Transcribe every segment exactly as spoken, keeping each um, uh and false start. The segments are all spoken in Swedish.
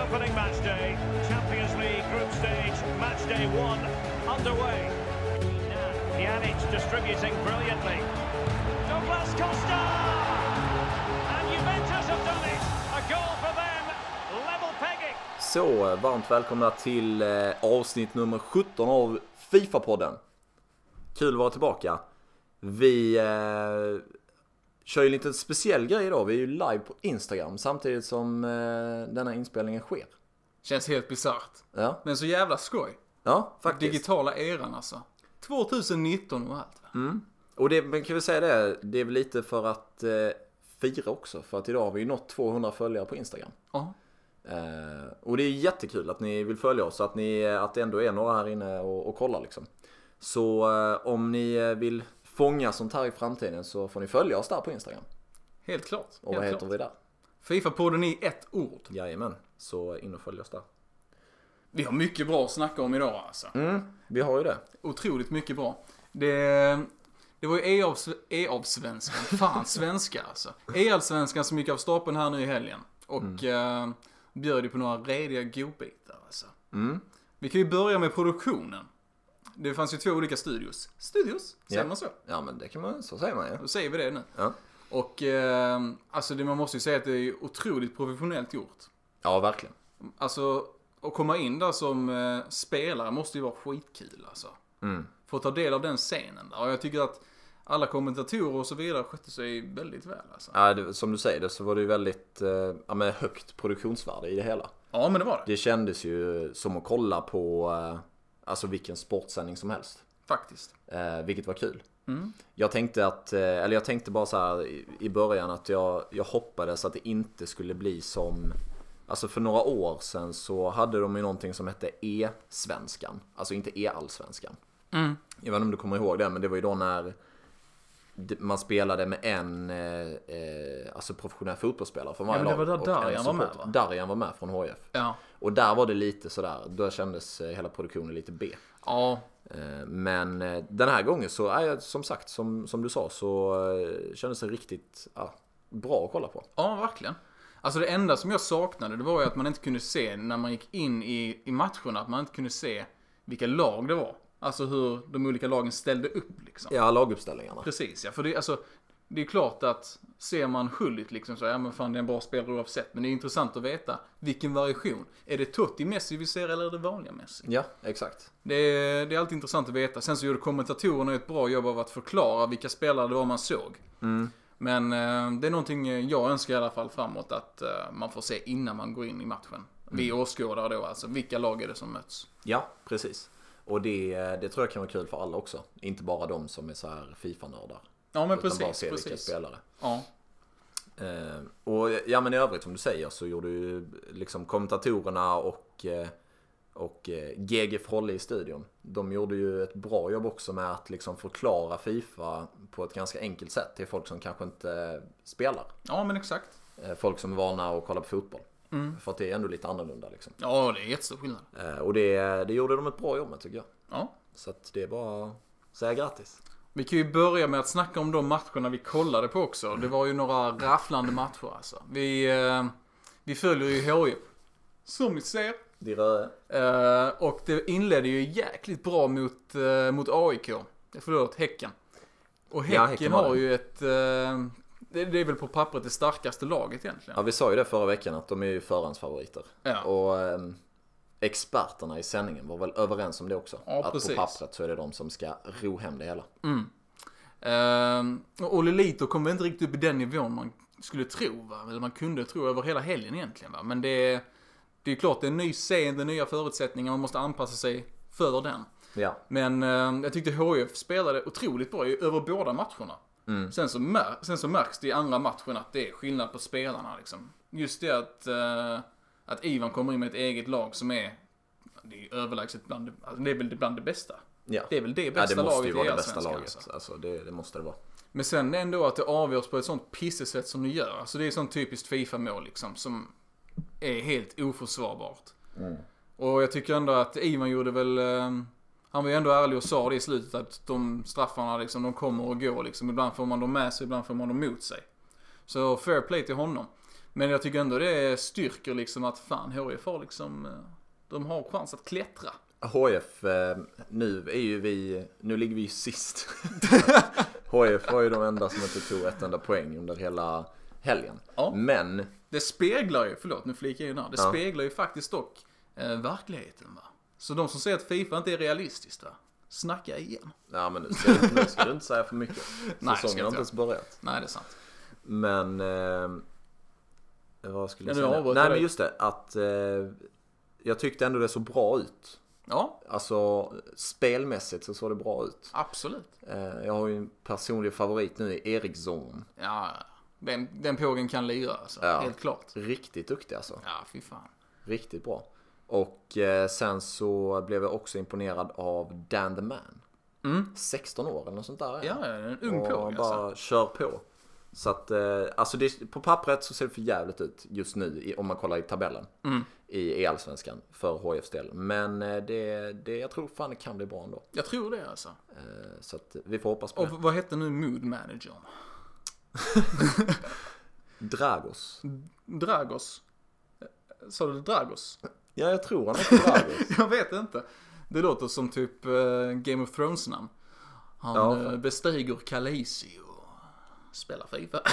opening match day, Champions League group stage, match day one underway. Pjanic distributing brilliantly. Douglas Costa! And Juventus have done it! A goal for them, level pegging. Så, varmt välkomna till eh, avsnitt nummer sjutton av FIFA-podden. Kul att vara tillbaka. Vi eh, kör ju en liten speciell grej idag. Vi är ju live på Instagram samtidigt som eh, denna inspelningen sker. Känns helt bizarrt. Ja. Men så jävla skoj. Ja, faktiskt. Digitala eran alltså. tjugonitton och allt va? Mm. Och det, men kan vi säga det, det är väl lite för att eh, fira också. För att idag har vi ju nått tvåhundra följare på Instagram. Ja. Eh, och det är jättekul att ni vill följa oss. Att, ni, att det ändå är några här inne och, och kollar liksom. Så eh, om ni vill fånga sånt här i framtiden så får ni följa oss där på Instagram. Helt klart. Och helt vad heter klart. vi där? FIFA-podden i ett ord. Jajamän, så in och följ oss där. Vi har mycket bra att snacka om idag alltså. Mm, vi har ju det. Otroligt mycket bra. Det, det var ju E-avsvenskan. Fan, svenska alltså. E-allsvenskan som gick av stapeln här nu i helgen. Och mm. eh, bjöd ju på några rediga godbitar alltså. Mm. Vi kan ju börja med produktionen. Det fanns ju två olika studios. Studios, säger ja. man så? Ja, men det kan man, så säger man ju. Ja. Då säger vi det nu. Ja. Och eh, alltså det, man måste ju säga att det är otroligt professionellt gjort. Ja, verkligen. Alltså, att komma in där som eh, spelare måste ju vara skitkul alltså. Mm. Få ta del av den scenen där. Och jag tycker att alla kommentatorer och så vidare skötte sig väldigt väl alltså. Ja, det, som du säger det så var det ju väldigt eh, ja, men högt produktionsvärde i det hela. Ja, men det var det. Det kändes ju som att kolla på eh, alltså vilken sportsändning som helst. Faktiskt. Eh, vilket var kul. Mm. Jag tänkte att, eh, eller jag tänkte bara så här i, i början att jag, jag hoppades att det inte skulle bli som, alltså för några år sedan så hade de ju någonting som hette E-svenskan. Alltså inte E-allsvenskan. Mm. Jag vet inte om du kommer ihåg det, men det var ju då när man spelade med en eh, alltså professionell fotbollsspelare från varje ja, lag. det var där Darjan var med, va? Darjan var med från H F. Ja. Och där var det lite sådär, då kändes hela produktionen lite B. Ja. Men den här gången så är jag, som sagt, som, som du sa, så kändes det riktigt ja, bra att kolla på. Ja, verkligen. Alltså det enda som jag saknade, det var ju att man inte kunde se när man gick in i, i matcherna, att man inte kunde se vilka lag det var. Alltså hur de olika lagen ställde upp liksom. Ja, laguppställningarna. Precis, ja. För det, alltså, det är klart att ser man Schullit liksom så, ja men fan det är en bra spelare oavsett. Men det är intressant att veta vilken variation. Är det Totti Messi vi ser eller är det vanliga Messi? Ja, exakt. Det är, det är alltid intressant att veta. Sen så gjorde kommentatorerna ett bra jobb av att förklara vilka spelare det var man såg. Mm. Men eh, det är någonting jag önskar i alla fall framåt att eh, man får se innan man går in i matchen. Mm. Vi åskådar då alltså, vilka lag är det som möts? Ja, precis. Och det, det tror jag kan vara kul för alla också. Inte bara de som är så här FIFA-nördar. Ja, men utan precis. bara se precis. vilka spelare. Ja. Eh, och ja, men i övrigt som du säger så gjorde ju liksom kommentatorerna och, och G G Frolle i studion. De gjorde ju ett bra jobb också med att liksom förklara FIFA på ett ganska enkelt sätt till folk som kanske inte spelar. Ja, men exakt. Eh, folk som är vana att kolla på fotboll. Mm. För att det är ändå lite annorlunda liksom. Ja, det är jättestor skillnad. Eh, och det, det gjorde de ett bra jobb med tycker jag. Ja. Så att det är bara att säga grattis. Vi kan ju börja med att snacka om de matcherna vi kollade på också. Det var ju några rafflande matcher alltså. Vi, eh, vi följer ju H F, som ni ser. Det rör. Eh, och det inledde ju jäkligt bra mot, eh, mot A I K. Förlåt, Häcken. Och Häcken, ja, häcken har ju ett... Eh, det, det är väl på pappret det starkaste laget egentligen. Ja, vi sa ju det förra veckan att de är ju förhandsfavoriter. Ja. Och eh, experterna i sändningen var väl överens om det också. Ja, att precis. på pappret så är det de som ska ro hem det hela. Mm. Eh, och Olle Lito kom väl inte riktigt upp i den nivån man skulle tro, va? Eller man kunde tro över hela helgen egentligen, va? Men det, det är klart, det är en ny scen, det är nya förutsättningar, man måste anpassa sig för den. Ja. Men eh, jag tyckte H F spelade otroligt bra över båda matcherna. Mm. Sen, så mär, sen så märks det i andra matchen att det är skillnad på spelarna liksom. Just det att, uh, att Ivan kommer in med ett eget lag som är, det är överlägset bland det, alltså det är väl bland det bästa. Ja. Det är väl det bästa ja, det måste laget ju vara i det bästa Allsvenskan, laget. alltså. Alltså, det, det måste det vara. Men sen ändå att det avgörs på ett sånt pissesätt som det gör. Alltså det är sånt typiskt FIFA-mål liksom, som är helt oförsvarbart. Mm. Och jag tycker ändå att Ivan gjorde väl... Uh, Han var ju ändå ärlig och sa det i slutet att de straffarna liksom, de kommer och går liksom. Ibland får man dem med sig, ibland får man dem mot sig. Så fair play till honom. Men jag tycker ändå det styrker liksom att fan H F har liksom, de har chans att klättra. H F, nu är ju vi, nu ligger vi ju sist. H F var ju de enda som inte tog ett enda poäng under hela helgen. Ja. Men det speglar ju, förlåt nu flikar jag ju ner, det ja. speglar ju faktiskt dock eh, verkligheten va. Så de som säger att FIFA inte är realistiskt va, snacka igen. Ja men nu ska, nu ska du inte säga för mycket. Nej, Säsongen har inte ens börjat. Nej det är sant. Men eh, vad skulle jag Ja, säga? det Nej men just det, att eh, jag tyckte ändå det så bra ut. Ja. Alltså spelmässigt så såg det bra ut. Absolut. Eh, jag har ju en personlig favorit nu i Eriksson. Ja, den, den pågen kan lira alltså, Ja. helt klart. Riktigt duktig alltså. Ja, fy fan. Riktigt bra. Och eh, sen så blev jag också imponerad av Dan the Man. Mm. sexton år eller något sånt där. Ja, en ung och påg bara alltså. kör på. Så att, eh, alltså det, på pappret så ser det för jävligt ut just nu i, om man kollar i tabellen. Mm. I E-allsvenskan för H F:s del. Men eh, det, det, jag tror fan det kan bli bra ändå. Jag tror det alltså. Eh, så att vi får hoppas på Och det. vad hette nu mood managern? Dragos. Dragos. Sa du Dragos? Ja, jag tror han heter Dragos. Jag vet inte. Det låter som typ uh, Game of Thrones namn. Han Ja, uh, fan. bestiger Khaleesi och spelar FIFA.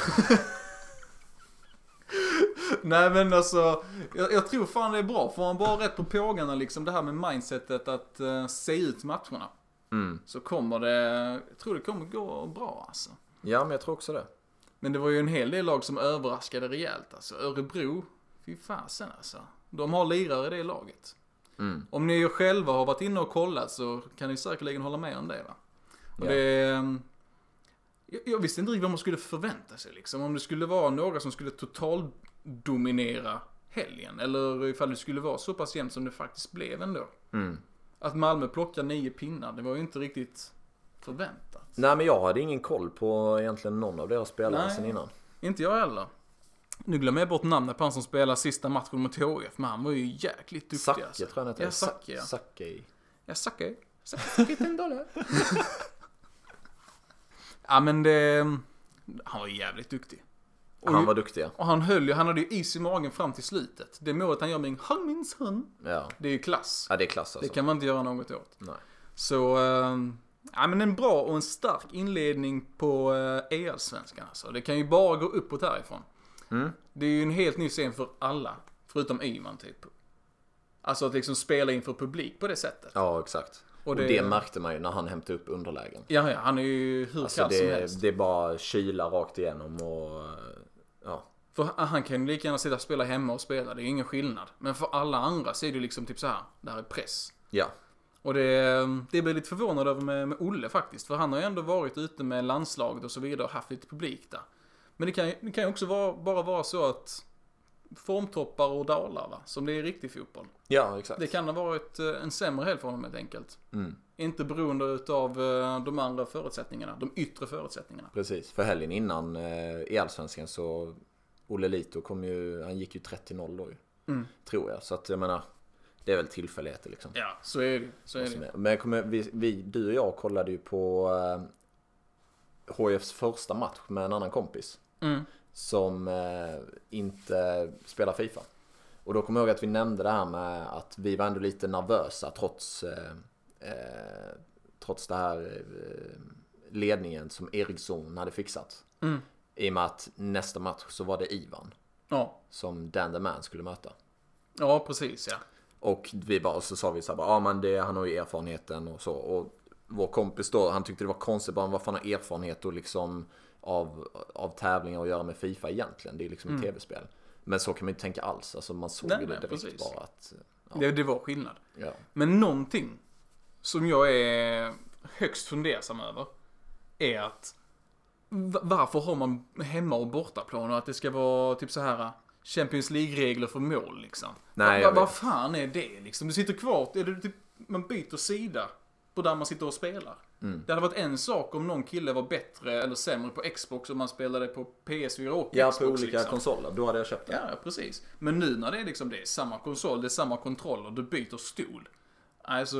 Nej men alltså, jag, jag tror fan det är bra. Får man bara rätt på pågarna liksom, det här med mindsetet att uh, se ut matcherna. Mm. Så kommer det, jag tror det kommer gå bra alltså. Ja, men jag tror också det. Men det var ju en hel del lag som överraskade rejält alltså. Örebro, fy fasen alltså. De har lirare i det laget. Mm. Om ni själva har varit inne och kollat så kan ni säkerligen hålla med om det va. Och Ja. det jag, jag visste inte riktigt vad man skulle förvänta sig liksom. Om det skulle vara några som skulle total dominera helgen. Eller ifall det skulle vara så pass jämnt som det faktiskt blev ändå. Mm. Att Malmö plockar nio pinnar, det var ju inte riktigt förväntat. Nej, men jag hade ingen koll på egentligen någon av deras spelare Nej. sen innan. Inte jag heller. Nu glömmer jag bort namnet på han som spelar sista matchen mot H F, men han var ju jäkligt duktig. Zacke alltså. tror jag han heter. Ja, Zacke, ja. Zacke. Ja, Zacke. Zacke till en dollar. Ja, men det... Han var ju jävligt duktig. Och, Han var duktig, ja. och han höll ju, han hade ju is i magen fram till slutet. Det målet han gör med en han minns han. Ja. Det är ju klass. Ja, det är klass Det alltså. kan man inte göra något åt. Nej. Så, ähm, ja men en bra och en stark inledning på äh, E-allsvenskan alltså. Det kan ju bara gå uppåt härifrån. Mm. Det är ju en helt ny scen för alla, förutom Ivan typ. Alltså att liksom spela inför publik på det sättet. Ja, exakt. Och Och det, det- och det märkte man ju när han hämtade upp underlägen. Ja, ja, han är ju hur Alltså kall som det, helst. det är bara kyla rakt igenom och ja. För han kan ju lika gärna sitta och spela hemma och spela, det är ingen skillnad. Men för alla andra så är det liksom typ så här, det här är press. Ja. Och det, det blir lite förvånad över med, med Olle faktiskt. För han har ju ändå varit ute med landslaget och så vidare och haft lite publik där. Men det kan, ju- det kan ju också vara, bara vara så att formtoppar och dalar va, som det är i riktig fotboll. Ja, exakt. Det kan ha varit eh, en sämre helg för honom helt enkelt. Mm. Inte beroende utav de andra förutsättningarna, de yttre förutsättningarna. Precis. För helgen innan eh, i Allsvenskan så Olle Lito kom ju, han gick ju trettio noll då ju. Mm. Tror jag. Så att jag menar, det är väl tillfälligheter liksom. Ja, så är det. Så är det. Men jag kommer, vi, vi, du och jag kollade ju på eh, H F:s första match med en annan kompis. Mm. Som eh, inte spelar FIFA. Och då kommer jag ihåg att vi nämnde det här med att vi var ändå lite nervösa trots eh, eh, trots det här eh, ledningen som Eriksson hade fixat. Mm. I och med att nästa match så var det Ivan Ja. som Dan the Man skulle möta. Ja, precis ja. Och vi bara, så sa vi så här, ja men det, han har ju erfarenheten och så. Och vår kompis då, han tyckte det var konstigt, bara vad fan har erfarenhet och liksom av, av tävlingar att göra med FIFA egentligen. Det är liksom ett Mm. tv-spel. Men så kan man inte tänka alls. Alltså man såg Nej, ju det nej, direkt precis. bara att... Ja. Det, det var skillnad. Ja. Men någonting som jag är högst fundersam över är att v- varför har man hemma och bortaplan och att det ska vara typ så här Champions League-regler för mål liksom. Nej, Va- jag Vad vet. fan är det liksom? Du sitter kvar, är det typ, man byter sida på där man sitter och spelar. Mm. Det hade varit en sak om någon kille var bättre eller sämre på Xbox och man spelade på P S fyra och Ja, Xbox. på olika liksom. konsoler. Då hade jag köpt det. Ja, precis. Men nu när det är liksom det är samma konsol, det är samma kontroller, du byter stol. Alltså,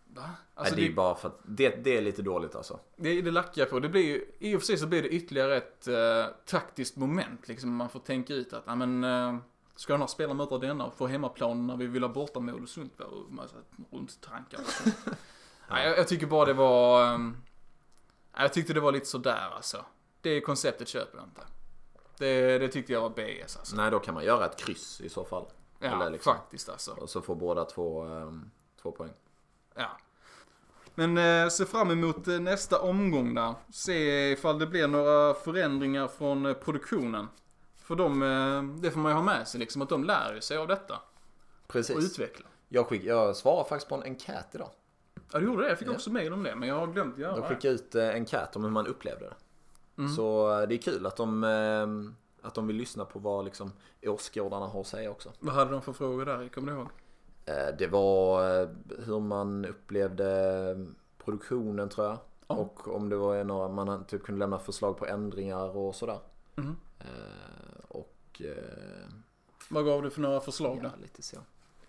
Va? Alltså, Nej, det är bara för att det, det är lite dåligt alltså. Det, det lackar på. Det blir ju, i och för sig så blir det ytterligare ett uh, taktiskt moment. Liksom man får tänka ut att, ja men, uh, ska den här spelaren möta denna och få hemmaplan när vi vill ha bortamål och sånt och massa runt tankar och sånt. Ja, jag, jag tycker bara det var, um, jag tyckte det var lite sådär alltså. Det konceptet köper jag inte. Det, det tyckte jag var B S alltså. Nej, då kan man göra ett kryss i så fall. Ja, Eller liksom, faktiskt alltså. Och så får båda två, um, två poäng. Ja. Men eh, se fram emot eh, nästa omgång där. Se ifall det blir några förändringar från eh, produktionen. För de, eh, det får man ju ha med sig liksom, att de lär sig av detta. Precis. Och utveckla. Jag, skick, jag svarade faktiskt på en enkät idag. Ja, du gjorde det. Jag fick ja. också mejl om det, men jag har glömt göra det. De skickade ut eh, en enkät om hur man upplevde det. Mm. Så eh, det är kul att de, eh, att de vill lyssna på vad liksom, åskådarna har att säga också. Vad hade de för frågor där? Kommer du ihåg? Det var hur man upplevde produktionen, tror jag. Oh. Och om det var några, man typ kunde lämna förslag på ändringar och sådär. Mm. Eh, och... Eh, Vad gav du för några förslag ja, då? Lite så.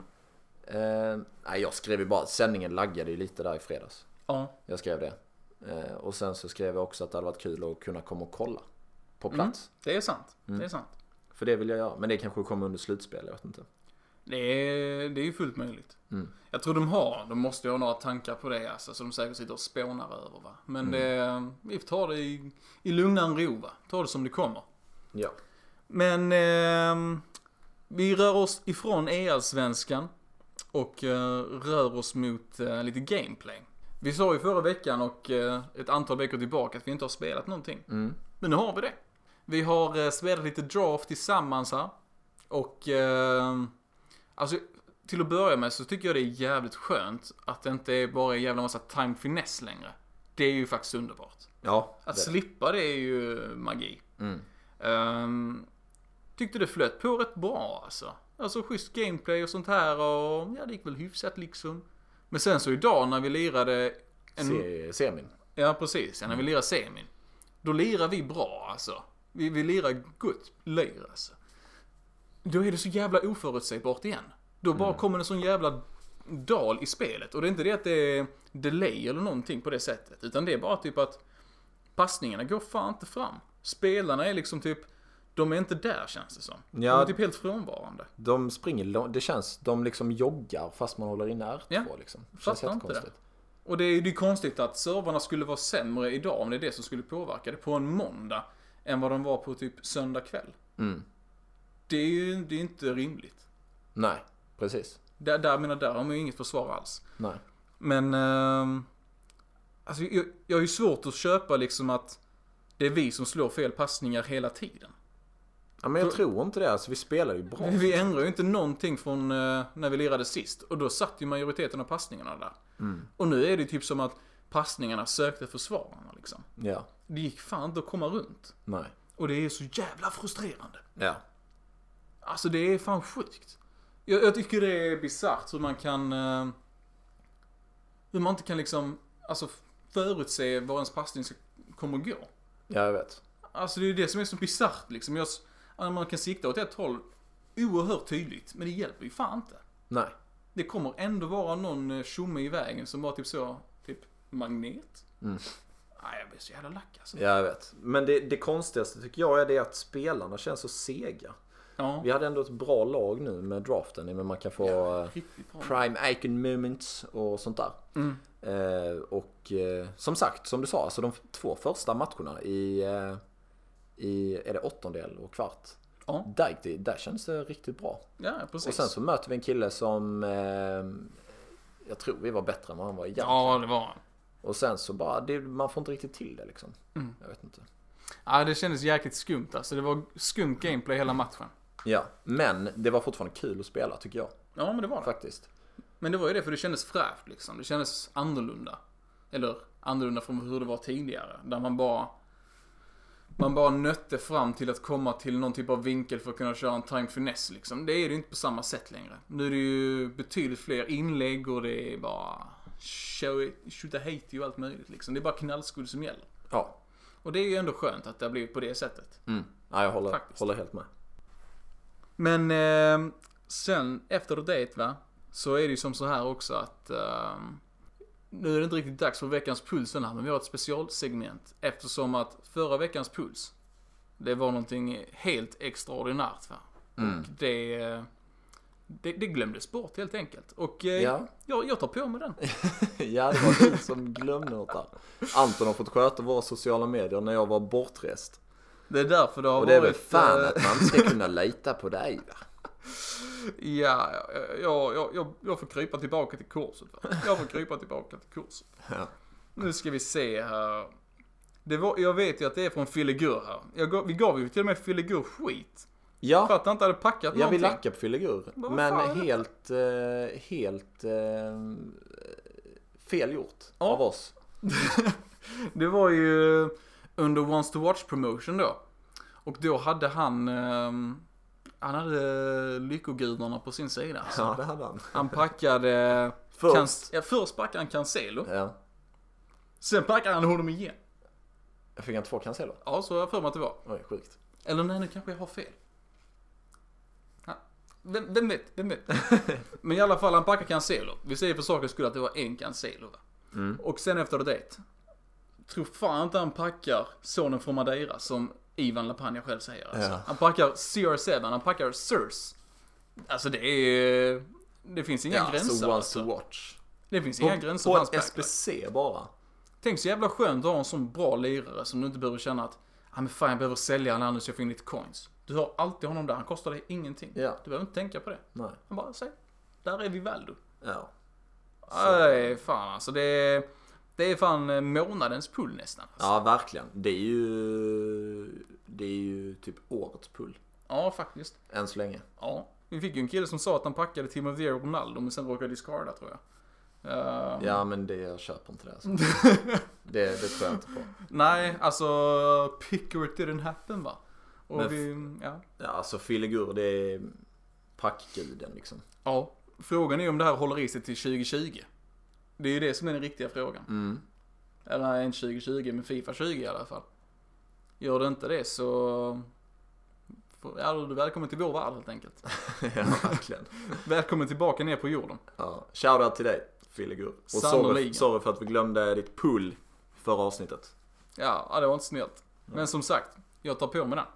Eh, nej, jag skrev ju bara, sändningen laggade ju lite där i fredags. Oh. Jag skrev det. Eh, och sen så skrev jag också att det hade varit kul att kunna komma och kolla på plats. Mm. Det är sant, mm. det är sant. För det vill jag göra, men det kanske kommer under slutspel, jag vet inte. Det är, det är ju fullt möjligt. Mm. Jag tror de har, de måste ju ha några tankar på det alltså, så de säkert sitter och spånar över va. Men mm. det, vi får ta det i, i lugnan ro va. Ta det som det kommer. Ja. Men eh, vi rör oss ifrån E L-svenskan och eh, rör oss mot eh, lite gameplay. Vi sa ju förra veckan och eh, ett antal veckor tillbaka att vi inte har spelat någonting. Mm. Men nu har vi det. Vi har eh, spelat lite draft tillsammans här. Och eh, alltså till att börja med så tycker jag det är jävligt skönt att det inte är bara en jävla massa time finesse längre. Det är ju faktiskt underbart. Ja. Att det. slippa det är ju magi. Mm. Um, tyckte det flöt på rätt bra alltså. Alltså schysst gameplay och sånt här och ja, det gick väl hyfsat liksom. Men sen så idag när vi lirade en... Se, semin. Ja, precis. Ja, när vi lirade semin. Då lirar vi bra alltså. Vi, vi lirar gott lir alltså. Då är det så jävla oförutsägbart igen. Då bara mm. kommer en sån jävla dal i spelet. Och det är inte det att det är delay eller någonting på det sättet. Utan det är bara typ att passningarna går fan inte fram. Spelarna är liksom typ, de är inte där känns det som. Ja, de är typ helt frånvarande. De springer, det känns, de liksom joggar fast man håller inne R två ja, liksom. Det känns helt konstigt. Och det är ju konstigt att servrarna skulle vara sämre idag om det är det som skulle påverka det på en måndag än vad de var på typ söndag kväll. Mm. Det är ju det är inte rimligt. Nej, precis. Där, där, menar, där har man ju inget försvar alls. Nej. Men eh, alltså, jag, jag har ju svårt att köpa liksom att det är vi som slår fel passningar hela tiden. Ja, men jag För, tror inte det. Alltså, vi spelar ju bra. Vi ändrar ju inte någonting från eh, när vi lirade sist. Och då satt ju majoriteten av passningarna där. Mm. Och nu är det typ som att passningarna sökte försvararna liksom. Ja. Det gick fan inte att komma runt. Nej. Och det är så jävla frustrerande. Ja. Alltså det är fan sjukt. Jag, jag tycker det är bizarrt hur man kan... Eh, hur man inte kan liksom... Alltså förutse var ens passning ska, kommer att gå. Ja, jag vet. Alltså det är det som är så bizarrt liksom. Jag, man kan sikta åt ett håll oerhört tydligt. Men det hjälper ju fan inte. Nej. Det kommer ändå vara någon tjomme i vägen som var typ så... Typ magnet. Mm. Nej, jag blir så jävla lack alltså. Ja, jag vet. Men det, det konstigaste tycker jag är det att spelarna känns så sega. Ja. Vi hade ändå ett bra lag nu med draften. Men man kan få ja, prime icon moments och sånt där. Mm. Eh, och eh, som sagt, som du sa, alltså de två första matcherna i, eh, i är det åttondel och kvart. Ja. Där, det, där känns det riktigt bra. Ja, precis. Och sen så möter vi en kille som eh, jag tror vi var bättre än vad han var egentligen. Ja, det var han. Och sen så bara, det, man får inte riktigt till det liksom. Mm. Jag vet inte. Ja, det kändes jäkligt skumt alltså. Det var skumt gameplay hela matchen. Ja, men det var fortfarande kul att spela tycker jag. Ja, men det var det. Faktiskt. Men det var ju det, för det kändes fräscht liksom. Det kändes annorlunda. Eller annorlunda från hur det var tidigare. Där man bara... Man bara nötte fram till att komma till någon typ av vinkel för att kunna köra en time finesse liksom. Det är det inte på samma sätt längre. Nu är det ju betydligt fler inlägg och det är bara... Shoota hate och allt möjligt liksom. Det är bara knallskudd som gäller. Ja. Och det är ju ändå skönt att det har blivit på det sättet. Mm. Ja, jag håller, håller helt med. Men eh, sen efter det va, så är det ju som så här också att eh, nu är det inte riktigt dags för veckans puls den här, men vi har ett specialsegment. Eftersom att förra veckans puls, det var någonting helt extraordinärt, va? Mm. Och det, det, det glömdes bort helt enkelt. Och eh, Ja. jag, jag tar på med den. Ja, det var du som glömde något där. Anton har fått sköta våra sociala medier när jag var bortrest. Det är därför det har Och det är väl varit... fan eh, att man ska kunna lita på dig, va? Ja, jag, jag, jag, jag får krypa tillbaka till kurset. Va? Jag får krypa tillbaka till kurset. Ja. Nu ska vi se här. Det var, jag vet ju att det är från Filigur här. Jag gav, vi gav ju till och med Filigur skit. För Ja, att han inte hade packat jag någonting. vill lacka på Filigur. vad Men fan är det? helt, eh, helt eh, fel gjort Ja. av oss. Det var ju under Wants to Watch promotion då. Och då hade han... ehm, han hade lyckogudarna på sin sida. Alltså. Ja, det hade han. Han packade... Först. Cans- ja, först packade han Cancelo. Ja. Sen packade han honom igen. Jag fick inte få Cancelo. Ja, så har jag för mig att det var. Oj, sjukt. Eller nej, nu kanske jag har fel. Ja. Vem, vem vet, vem vet. Men i alla fall, han packar Cancelo. Vi säger för sakens skull att det var en Cancelo, va? Mm. Och sen efter det, tror fan inte han packar sonen från Madeira, som Ivan Lapagna själv säger. Alltså. Ja. Han packar C R sju, han packar Sirs. Alltså det är... Det finns inga Ja, gränser. så Alltså. to watch. Det finns På, inga gränser på på hans ett S P backpack. C bara. Tänk så jävla skönt att ha en sån bra lirare som du inte behöver känna att ah, men fan, jag behöver sälja en annan så jag får in lite coins. Du har alltid honom där, han kostar dig ingenting. Ja. Du behöver inte tänka på det. Nej. Han bara, säg, där är vi Valdo. Ja. Nej, fan alltså det är, det är fan månadens pull nästan. Alltså. Ja, verkligen. Det är ju det är ju typ årets pull. Ja, faktiskt. Än så länge. Ja. Vi fick ju en kille som sa att han packade Timothy Ronaldo men sen råkade discarda, tror jag. Uh, Ja, men det, jag köper inte det. Alltså. det. Det tror jag inte på. Nej, alltså picker it didn't happen, va? Och Men vi, ja. Ja, alltså Filigur, det är packguden liksom. Ja, frågan är om det här håller i sig till tjugo tjugo. Det är ju det som är den riktiga frågan. Mm. Eller nej, inte tjugo tjugo, men FIFA tjugo i alla fall. Gör det inte det så... Ja, du är välkommen till vår värld helt enkelt. Ja, verkligen. Välkommen tillbaka ner på jorden. Ja. Shoutout till dig, Filigur. Och sorry, Sannoliken. sorry för att vi glömde ditt pull förra avsnittet. Ja, ja, det var inte snällt. Men som sagt, jag tar på mig den.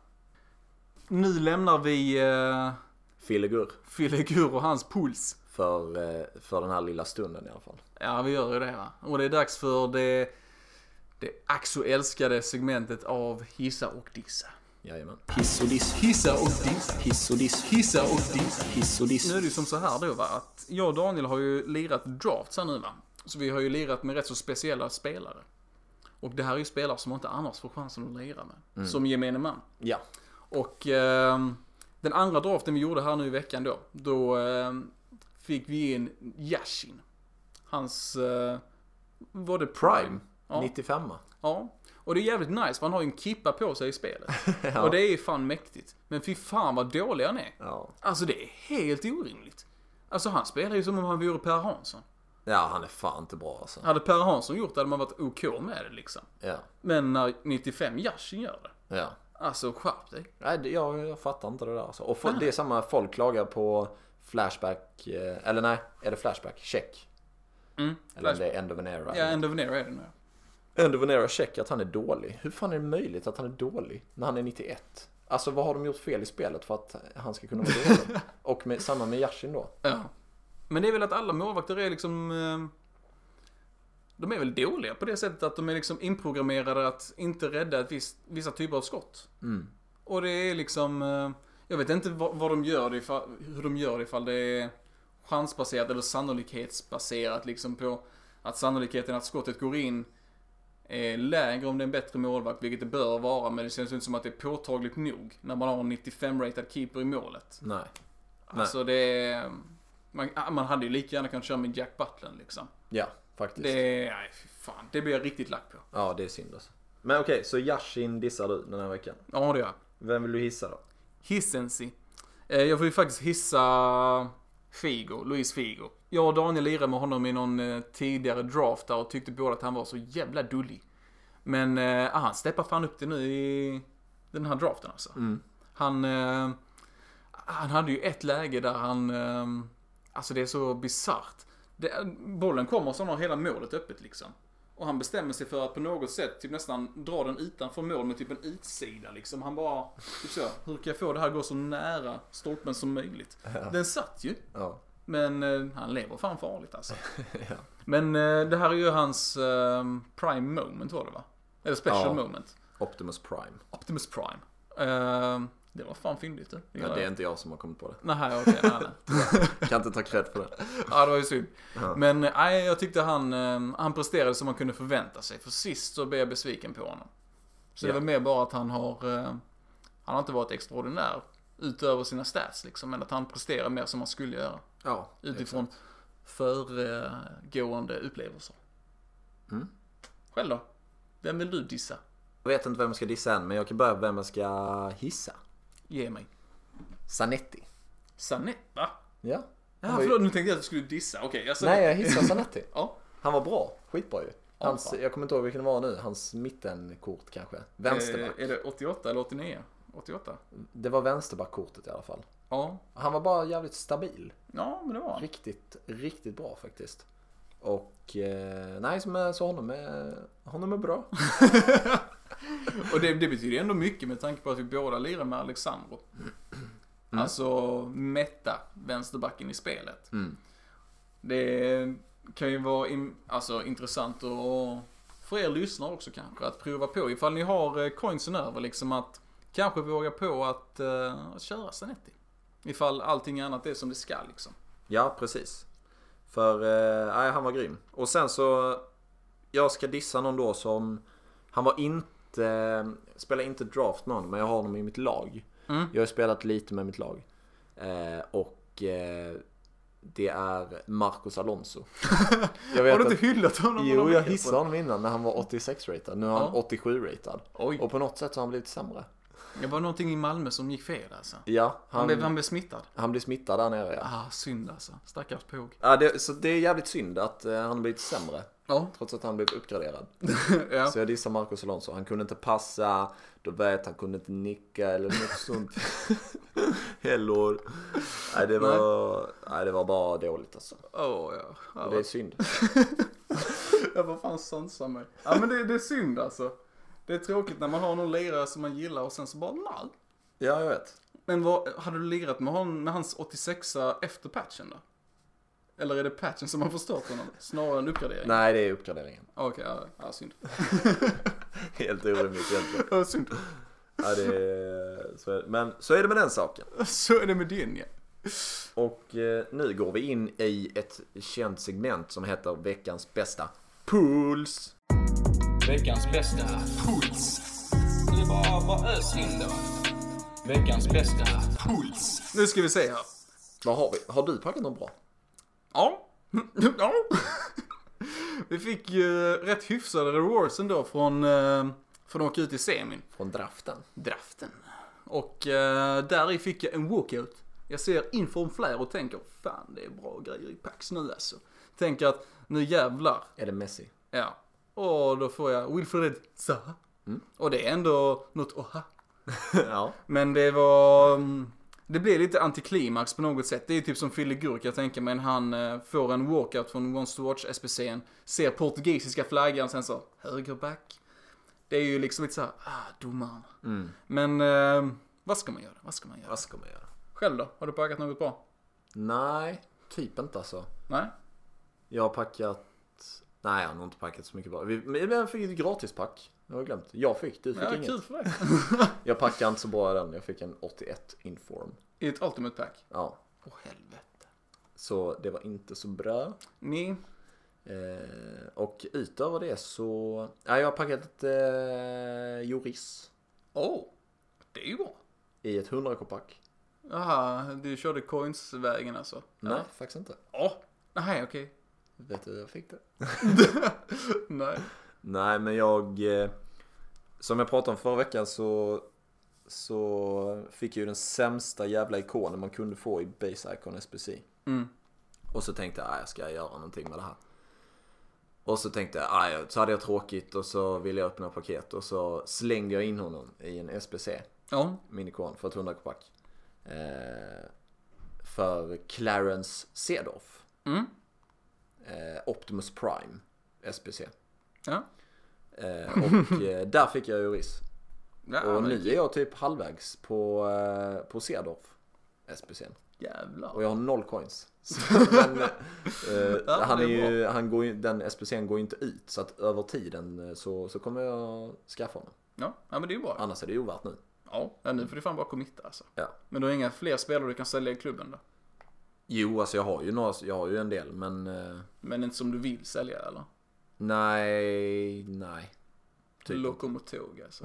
Nu lämnar vi uh, Filigur. Filigur och hans puls. För, eh, för den här lilla stunden i alla fall. Ja, vi gör ju det, va. Och det är dags för det, det ack så älskade segmentet av hissa och dissa. Jajamän. Hiss och diss, Hissa och dissa. hiss och diss, Hissa och dissa. hiss och diss. Nu är det ju som så här då, va, att jag och Daniel har ju lirat drafts här nu, va. Så vi har ju lirat med rätt så speciella spelare. Och det här är ju spelare som man inte annars får chansen att lira med. Mm. Som gemene man. Ja. Och eh, den andra draften vi gjorde här nu i veckan då, då eh, fick vi in Yashin. Hans, eh, var det Prime? Prime. Ja. nittiofem. Ja. Och det är jävligt nice, för han har ju en kippa på sig i spelet. Ja. Och det är fan mäktigt. Men fy fan vad dålig han är. Ja. Alltså det är helt orimligt. Alltså han spelar ju som om han vore Per Hansson. Ja, han är fan inte bra alltså. Hade Per Hansson gjort det hade man varit OK med det liksom. Ja. Men när nittiofem Yashin gör det. Ja. Alltså skärp dig. Nej, det, jag, jag fattar inte det där alltså. Och för, det är samma, folk klagar på Flashback, eh, eller nej, är det Flashback? Check. Mm. Eller om det är End of an Era. Ja, End of an Era är det nu. End of an Era check att han är dålig. Hur fan är det möjligt att han är dålig när han är nittioett? Alltså vad har de gjort fel i spelet för att han ska kunna vara dålig? Och med, samma med Yashin då. Ja. Men det är väl att alla målvakter är liksom... Eh, de är väl dåliga på det sättet att de är liksom inprogrammerade att inte rädda ett visst, vissa typer av skott. Mm. Och det är liksom... Eh, jag vet inte vad, vad de gör det ifall, hur de gör det ifall det är chansbaserat eller sannolikhetsbaserat liksom på att sannolikheten att skottet går in är lägre om det är en bättre målvakt, vilket det bör vara, men det känns inte som att det är påtagligt nog när man har en nittiofem-ratad keeper i målet. Nej. Alltså det är... Man, man hade ju lika gärna kunnat köra med Jack Butland liksom. Ja, faktiskt. Det är... Nej, fy fan. Det blir jag riktigt lack på. Ja, det är synd alltså. Men okej, så Yashin dissar du den här veckan. Ja, det gör jag. Vem vill du hissa då? Hissensi. Eh, jag får ju faktiskt hissa Figo, Luis Figo. Jag och Daniel lirade med honom i någon eh, tidigare draft där och tyckte båda att han var så jävla dullig. Men eh, han steppar fan upp det nu i den här draften alltså. Mm. Han, eh, han hade ju ett läge där han... Eh, alltså det är så bizarrt. det, bollen kommer så han har hela målet öppet liksom. Och han bestämmer sig för att på något sätt typ nästan dra den utanför mål med typ en utsida liksom. Han bara, typ så, hur kan jag få det här gå så nära stolpen som möjligt? Ja. Den satt ju. Ja. Men eh, han lever fan farligt alltså. Ja. Men eh, det här är ju hans eh, prime moment var det va? Eller special Ja. moment. Optimus Prime. Optimus Prime. Eh, det var fan fyndigt det. Ja, det är inte jag som har kommit på det. Nej, okej, nej, nej. Kan inte ta cred för det. Ja, det var ju synd. Ja. Men nej, jag tyckte han, eh, han presterade som man kunde förvänta sig. För sist så blev jag besviken på honom. Så Ja. det var mer bara att han har, eh, han har inte varit extraordinär utöver sina stats liksom. Men att han presterar mer som man skulle göra. Ja, Utifrån exakt. föregående upplevelser. Mm. Själv då? Vem vill du dissa? Jag vet inte vem jag ska dissa än, men jag kan börja med vem jag ska hissa. Ge mig. Zanetti. Sané, va? Ja. Ja, Han var ju- förlåt, nu tänkte jag att du skulle dissa. Okej, jag sa Nej, jag hissar Zanetti. Ja. Han var bra. Skitbra ju. Ja, Hans, fan. jag kommer inte ihåg vilken det var nu. Hans mittenkort kanske. Vänsterback. Eh, är det åttioåtta eller åttionio? åttioåtta? Det var vänsterbackkortet i alla fall. Ja. Han var bara jävligt stabil. Ja, men det var han. Riktigt, riktigt bra faktiskt. Och eh, nej, så, så honom är, honom är bra. Och det, det betyder ändå mycket med tanke på att vi båda lirar med Alexandro. Mm. Alltså mätta vänsterbacken i spelet. Mm. Det kan ju vara in, alltså, intressant och för er lyssnare också kanske att prova på ifall ni har eh, coinsen över liksom att kanske våga på att, uh, att köra Zanetti. Ifall allting annat är som det ska liksom. Ja, precis. För eh, nej, han var grym. Och sen så jag ska dissa någon då som han var inte eh, spelar inte draft med honom, men jag har honom i mitt lag. Mm. Jag har spelat lite med mitt lag. Eh, och eh, det är Marcos Alonso. Jag vet Har du att, inte hyllat honom? jo, jag hissade honom innan när han var åttiosex ratad. Nu är han Ja. åttiosju ratad. Oj, Och på något sätt så har han blivit sämre. det var någonting i Malmö som gick fel alltså. Ja, Han, han, blev, han blev smittad. han blir smittad där nere. Ja. Ah, synd alltså. Stackars påg. Ja, det, så det är jävligt synd att eh, han har blivit sämre. Ja. Trots att han blivit uppgraderad. Ja. Så jag dissar Marcos Alonso. Han kunde inte passa. Du vet, han kunde inte nicka eller något sånt. Hellor. Nej, det var, nej, det var bara dåligt alltså. Åh, ja. Ja, Och det är synd. jag var fan sansa mig. Ja, men det, det är synd alltså. Det är tråkigt när man har någon lirare som man gillar och sen så bara nej. Ja, jag vet. Men vad, hade du lirat med, hon, med hans åttiosexa efter patchen då? Eller är det patchen som har förstört honom? Snarare än uppgradering? Nej, det är uppgraderingen. Okej, ja, ja, synd. Helt orimligt egentligen. Ja, synd. Ja, det är, så är det. Men så är det med den saken. Så är det med din, ja. Och eh, nu går vi in i ett känt segment som heter veckans bästa Puls. Veckans bästa puls. Det är bara, bara ös in då. Veckans bästa puls. Nu ska vi se här. Vad har vi? Har du packat något bra? Ja. Ja. Vi fick ju rätt hyfsade rewards ändå från, eh, från att åka ut i semin. Från draften. Draften. Och eh, där i fick jag en walkout. Jag ser inform flare och tänker, fan det är bra grejer i packs nu alltså. Tänker att nu jävlar. Är det Messi? Ja. Och då får jag Wilfred Zaha. Mm. Och det är ändå något oha. Ja. Men det var... Det blir lite antiklimax på något sätt. Det är typ som Fille Gurk, jag tänker, men han eh, får en walkout från Wants to Watch S P C:n. Ser portugisiska flaggan, sen så högerback. Det är ju liksom lite så här, ah, domaren. Mm. Men eh, vad ska man göra? Vad ska man göra? Vad ska man göra? Själv då? Har du packat något bra? Nej, typ inte alltså. Nej? Jag har packat... Nej, jag har nog inte packat så mycket bra. Vi, men jag fick ett gratispack. Jag har glömt. Jag fick, du fick Ja, inget. kul för dig. Jag packade inte så bra den. Jag fick en åttioett inform. I ett ultimate pack? Ja, Åh helvete. så det var inte så bra. Nej. Eh, och utöver det så... Ja, jag har packat ett eh, Joris Åh, oh, det är ju bra. i ett hundra-kopack. Jaha, du körde coins-vägen alltså? Nej, faktiskt inte. Åh, nej okej. Vet du hur jag fick det? Nej. Nej, men jag... Eh, som jag pratade om förra veckan så... Så fick jag ju den sämsta jävla ikonen man kunde få i Base Icon S P C. Mm. Och så tänkte jag, jag ska göra någonting med det här. Och så tänkte jag, aj, så hade jag tråkigt och så ville jag öppna paket. Och så slängde jag in honom i en S P C. Ja. Min ikon för ett hundra-kopack. Eh, för Clarence Seedorf. Mm. eh, Optimus Prime S P C. Ja. Eh, och eh, där fick jag ju R I S. Ja, och men- nu är jag typ halvvägs på, eh, på Cedorf S P C. Jävlar. Och jag har noll coins. Så, men, eh, Ja, han det är är ju, han går ju, den S P C:n går ju inte ut. Så att över tiden eh, så, så kommer jag skaffa honom. Ja, ja, men det är ju bra. Annars är det ju ovärt nu. Ja, ja, nu får du fan bara committa alltså. Ja. Men du har inga fler spelare du kan sälja i klubben då? Jo, alltså jag har ju några, jag har ju en del, men eh, Men inte som du vill sälja eller? nej, nej. Typ. Lokomotog alltså.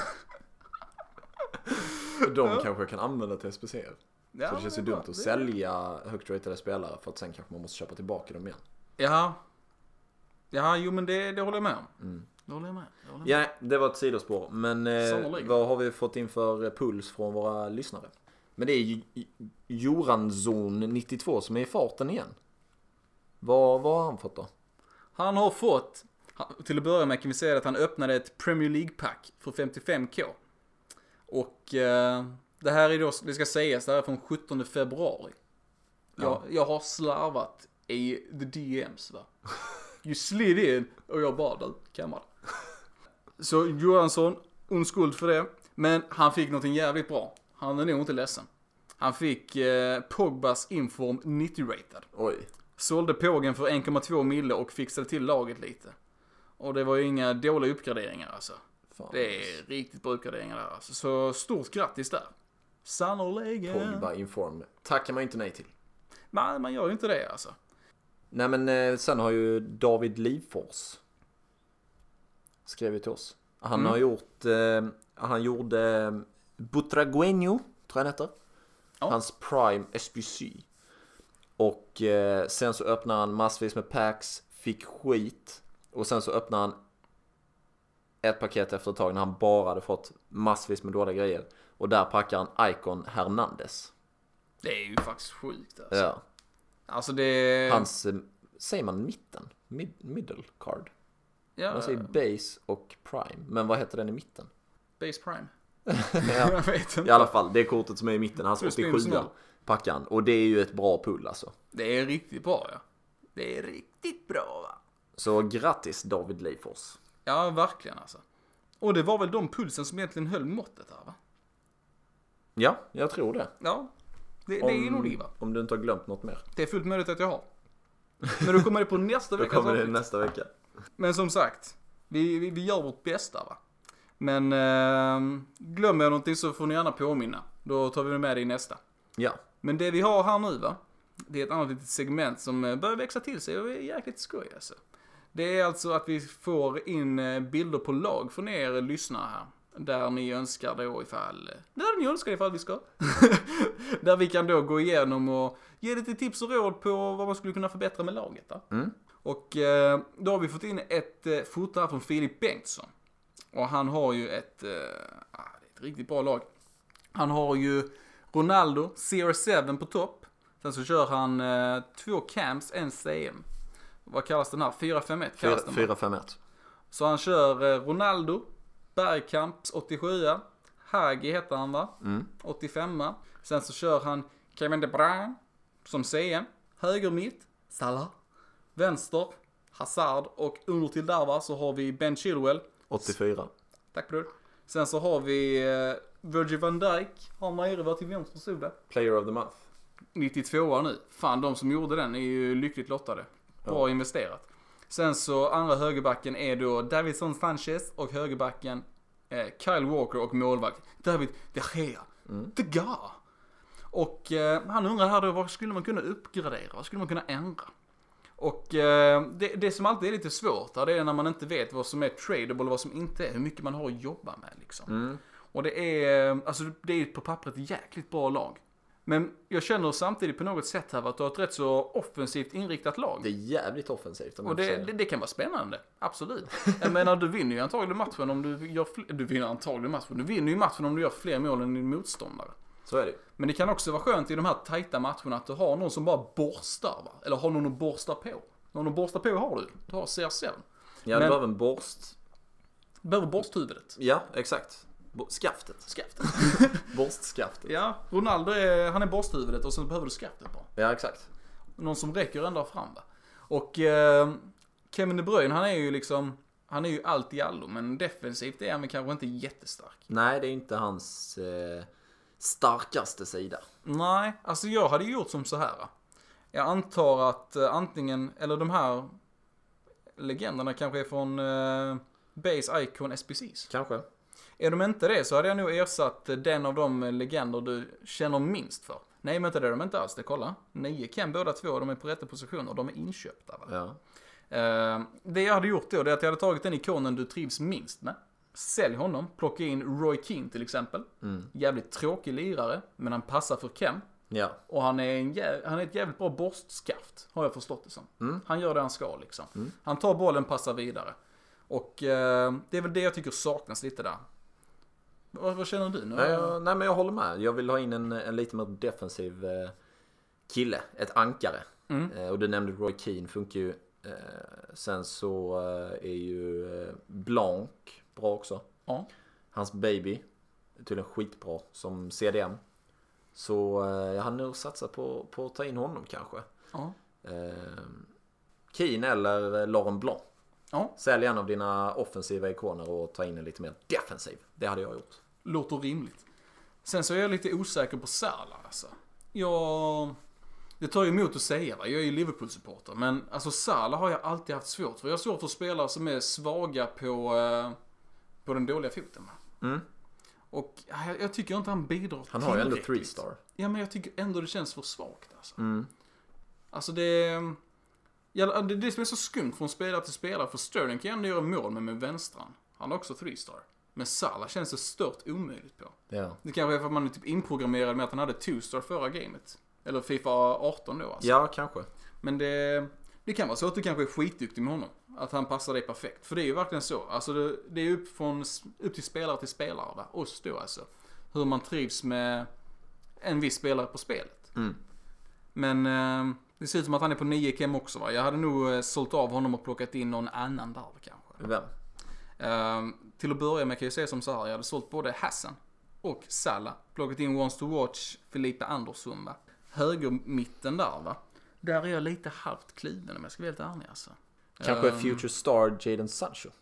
De kanske jag kan använda till S P C. Ja, För det känns ju är dumt bra. att Det- sälja högt ratade spelare för att sen kanske man måste köpa tillbaka dem igen. Ja. Ja, jo men det, det håller jag med om. Mm. Det håller jag med. Det håller jag med. Ja, det var ett sidospår. Men eh, Sannolikt. vad har vi fått in för puls från våra lyssnare? Men det är ju Joranzon nittiotvå som är i farten igen. Vad, vad har han fått då? Han har fått, han- till att börja med kan vi säga att han öppnade ett Premier League-pack för femtiofem k. Och eh, det här är då, det ska sägas, det här är från sjuttonde februari. Jag, Ja. jag har slarvat i the D Ms va. You slid in och jag bara du, kammar. Så Johansson, ondskuld för det. Men han fick någonting jävligt bra. Han är nog inte ledsen. Han fick eh, Pogbas Inform nittio-ratad. Oj. Sålde Pågen för en komma två mille och fixade till laget lite. Och det var ju inga dåliga uppgraderingar alltså. Fan. Det är riktigt bra uppgraderingar där alltså. Så stort grattis där. Sannoliken. Pogba Inform. Tackar man inte nej till. Nej, man gör ju inte det alltså. Nej men eh, sen har ju David Livfors skrivit till oss. Han Mm. har gjort, eh, han gjorde eh, Butragueño, tror jag han heter. Ja. Hans Prime S B C. Och eh, sen så öppnar han massvis med packs, fick skit. Och sen så öppnar han ett paket efter ett tag när han bara hade fått massvis med dåliga grejer. Och där packar han Icon Hernandez. Det är ju faktiskt sjukt alltså. Ja. Alltså det... Hans, eh, säger man mitten? Mid, middle card? Ja, Man säger base och prime. Men vad heter den i mitten? Base Prime. Ja, Jag vet inte. i alla fall, det är kortet som är i mitten. Hans Plus minus åttiosju noll. packan. Och det är ju ett bra pull alltså. Det är riktigt bra ja. Det är riktigt bra va. Så grattis David Leifors. Ja, verkligen alltså. Och det var väl de pulsen som egentligen höll måttet här va? Ja, jag tror det. Ja, det, det är nog det va. Om du inte har glömt något mer. Det är fullt möjligt att jag har. Men då kommer det på nästa Då vecka. kommer det nästa vecka. Men som sagt, vi, vi, vi gör vårt bästa va. Men eh, glömmer jag någonting så får ni gärna påminna. Då tar vi med det i nästa. Ja. Men det vi har här nu va, det är ett annat litet segment som eh, börjar växa till sig och är jäkligt skoj alltså. Det är alltså att vi får in eh, bilder på lag från er lyssnare här. Där ni önskar då ifall, där ni önskar ifall vi ska. Där vi kan då gå igenom och ge lite tips och råd på vad man skulle kunna förbättra med laget då. Mm. Och eh, då har vi fått in ett eh, foto här från Filip Bengtsson. Och han har ju ett, eh, ah, det är ett riktigt bra lag. Han har ju Ronaldo, C R sju på topp. Sen så kör han eh, två camps, en C M. Vad kallas den här? fyra fem ett kallas den, va? fyra fem ett. Så han kör eh, Ronaldo, Bergkamps åttiosju, Hagi heter han va? Mm. åttiofem. Sen så kör han Kevin De Bruyne som C M. Höger mitt, Salah. Vänster, Hazard. Och under till där va så har vi Ben Chilwell. åttiofyra. Tack bror. Sen så har vi eh, Virgil van Dijk. Har nere var till vänster stod det. Player of the month. nittiotvå nu. Fan, de som gjorde den är ju lyckligt lottade. Bra Ja. investerat. Sen så andra högerbacken är då Davinson Sanchez och högerbacken eh, Kyle Walker och målvakt David De Gea. Mm. De Gea. Och eh, han undrar här då, vad skulle man kunna uppgradera? Vad skulle man kunna ändra? Och eh, det, det som alltid är lite svårt här, det är när man inte vet vad som är tradable och vad som inte är. Hur mycket man har att jobba med liksom. Mm. Och det är, alltså det är på pappret ett jäkligt bra lag. Men jag känner samtidigt på något sätt här att du har ett rätt så offensivt inriktat lag. Det är jävligt offensivt. Om Och jag det, säger. det, det kan vara spännande, absolut. Jag menar, du vinner ju antagligen matchen om du gör fler, du vinner antagligen matchen. Du vinner ju matchen om du gör fler mål än din motståndare. Så är det. Men det kan också vara skönt i de här tajta matcherna att du har någon som bara borstar va? Eller har någon att borsta på. Någon att borsta på har du. Du har C R sju. Ja, Men- du behöver en borst. Du behöver borsthuvudet. Ja, exakt. Bo- skaftet. Skaftet. Borstskaftet. Ja, Ronaldo är, han är borsthuvudet och sen behöver du skaftet bara. Ja, exakt. Någon som räcker ända fram va. Och eh, Kevin De Bruyne, han är ju liksom, han är ju allt i allo, men defensivt är han kanske inte jättestark. Nej, det är inte hans eh, starkaste sida. Nej, alltså jag hade gjort som så här. Jag antar att eh, antingen, eller de här legenderna kanske är från eh, Base Icon S B Cs. Kanske. Är de inte det så hade jag nog ersatt den av de legender du känner minst för. Nej, men inte det är de inte alls. Det, kolla. Nio kan båda två, de är på rätta positioner, de är inköpta. Va? Ja. Uh, det jag hade gjort då, det är att jag hade tagit den ikonen du trivs minst med. Sälj honom, plocka in Roy Keane till exempel. Mm. Jävligt tråkig lirare, men han passar för Kem. Ja. Och han är, en jä- han är ett jävligt bra borstskaft, har jag förstått det som. Mm. Han gör det han ska liksom. Mm. Han tar bollen, passar vidare. Och uh, det är väl det jag tycker saknas lite där. Vad, vad känner du nu? Nej, jag, nej men jag håller med. Jag vill ha in en, en lite mer defensiv eh, kille. Ett ankare. Mm. Eh, och du nämnde Roy Keane, funkar ju. Eh, sen så eh, är ju eh, Blanc bra också. Ja. Hans baby är tydligen skitbra som C D M. Så eh, jag hade nog satsat på, på att ta in honom kanske. Ja. Eh, Keane eller Laurent Blanc. Ja. Sälj en av dina offensiva ikoner och ta in en lite mer defensiv. Det hade jag gjort. Låter rimligt. Sen så är jag lite osäker på Salah alltså. Jag... Det tar ju emot att säga, va? Jag är ju Liverpool-supporter. Men alltså Salah har jag alltid haft svårt för. Jag har svårt för spelare som är svaga på, eh, på den dåliga foten. Va? Mm. Och jag, jag tycker inte han bidrar Han har ju ändå tillräckligt. tre star. Ja, men jag tycker ändå det känns för svagt alltså. Mm. Alltså det... Ja, det är det som är så skumt från spelare till spelare. För Sterling kan ändå göra mål med, med vänstran. Han har också tre star. Men Salah känns det stört omöjligt på. Ja. Det kanske är för att man är typ inprogrammerad med att han hade two star förra gamet. Eller FIFA arton då alltså. Ja, kanske. Men det, det kan vara så att du kanske är skitduktig med honom. Att han passar dig perfekt. För det är ju verkligen så. Alltså det, det är upp, från, upp till spelare till spelare. Va? Oss då alltså. Hur man trivs med en viss spelare på spelet. Mm. Men eh, det ser ut som att han är på nio kem också va. Jag hade nog eh, sålt av honom och plockat in någon annan där kanske. Vem? Eh, till att börja med kan jag säga som så här. Jag hade sålt både Hassan och Salah. Plockat in Wants to Watch, Felipe Andersson va. Högermitten där va. Där är jag lite halvt kluven om jag ska vara helt ärlig alltså. Kanske Eh, Future Star Jadon Sancho.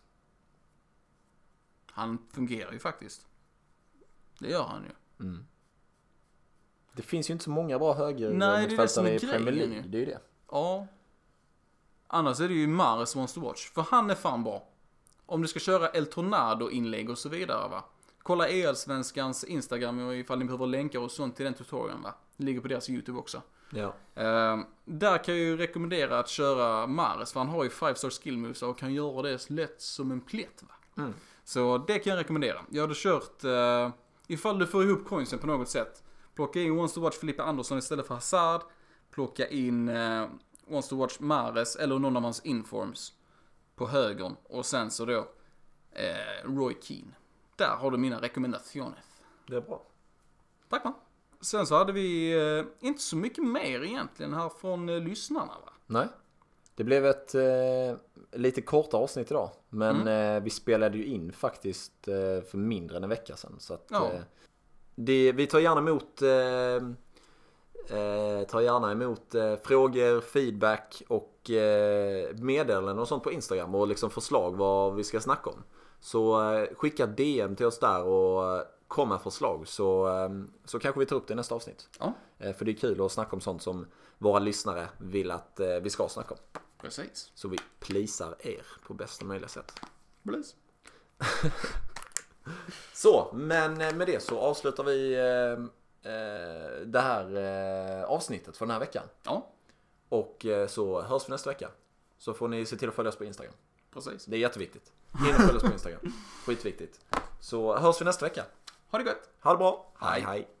Han fungerar ju faktiskt. Det gör han ju. Mm. Det finns ju inte så många bra höger Nej, det är det som är i Premier grejen League. ju. Det är ju det. Ja. Annars är det ju Mahrez Wants to Watch. För han är fan bra. Om du ska köra El Tornado-inlägg och så vidare va. Kolla E L-svenskans Instagram och ifall ni behöver länkar och sånt till den tutorialen va. Det ligger på deras YouTube också. Ja. Uh, där kan jag ju rekommendera att köra Mahrez. För han har ju five star skill moves och kan göra det lätt som en plätt va. Mm. Så det kan jag rekommendera. Jag hade kört, uh, ifall du får ihop coinsen på något sätt. Plocka in Wants to Watch Felipe Andersson istället för Hazard. Plocka in uh, Wants to Watch Mahrez eller någon av hans informs på högern. Och sen så då uh, Roy Keane. Där har du mina rekommendationer. Det är bra. Tack man. Sen så hade vi uh, inte så mycket mer egentligen här från uh, lyssnarna va? Nej. Det blev ett eh, lite kortare avsnitt idag. Men Mm. eh, vi spelade ju in faktiskt eh, för mindre än en vecka sedan. Så att, Ja. eh, det, vi tar gärna emot eh, eh, tar gärna emot eh, frågor, feedback och eh, meddelanden och sånt på Instagram. Och liksom förslag vad vi ska snacka om. Så eh, skicka D M till oss där och eh, kom med förslag. Så, eh, så kanske vi tar upp det i nästa avsnitt. Ja. Eh, för det är kul att snacka om sånt som våra lyssnare vill att eh, vi ska snacka om. Precis. Så vi pleasar er på bästa möjliga sätt. Please. Så, men med det så avslutar vi eh, eh, det här eh, avsnittet för den här veckan. Ja, Och eh, så hörs vi nästa vecka. Så får ni se till att följa oss på Instagram. precis. Det är jätteviktigt. In och följ oss på Instagram. Skitviktigt. Så hörs vi nästa vecka. Ha det gott. Ha det bra. Hej hej.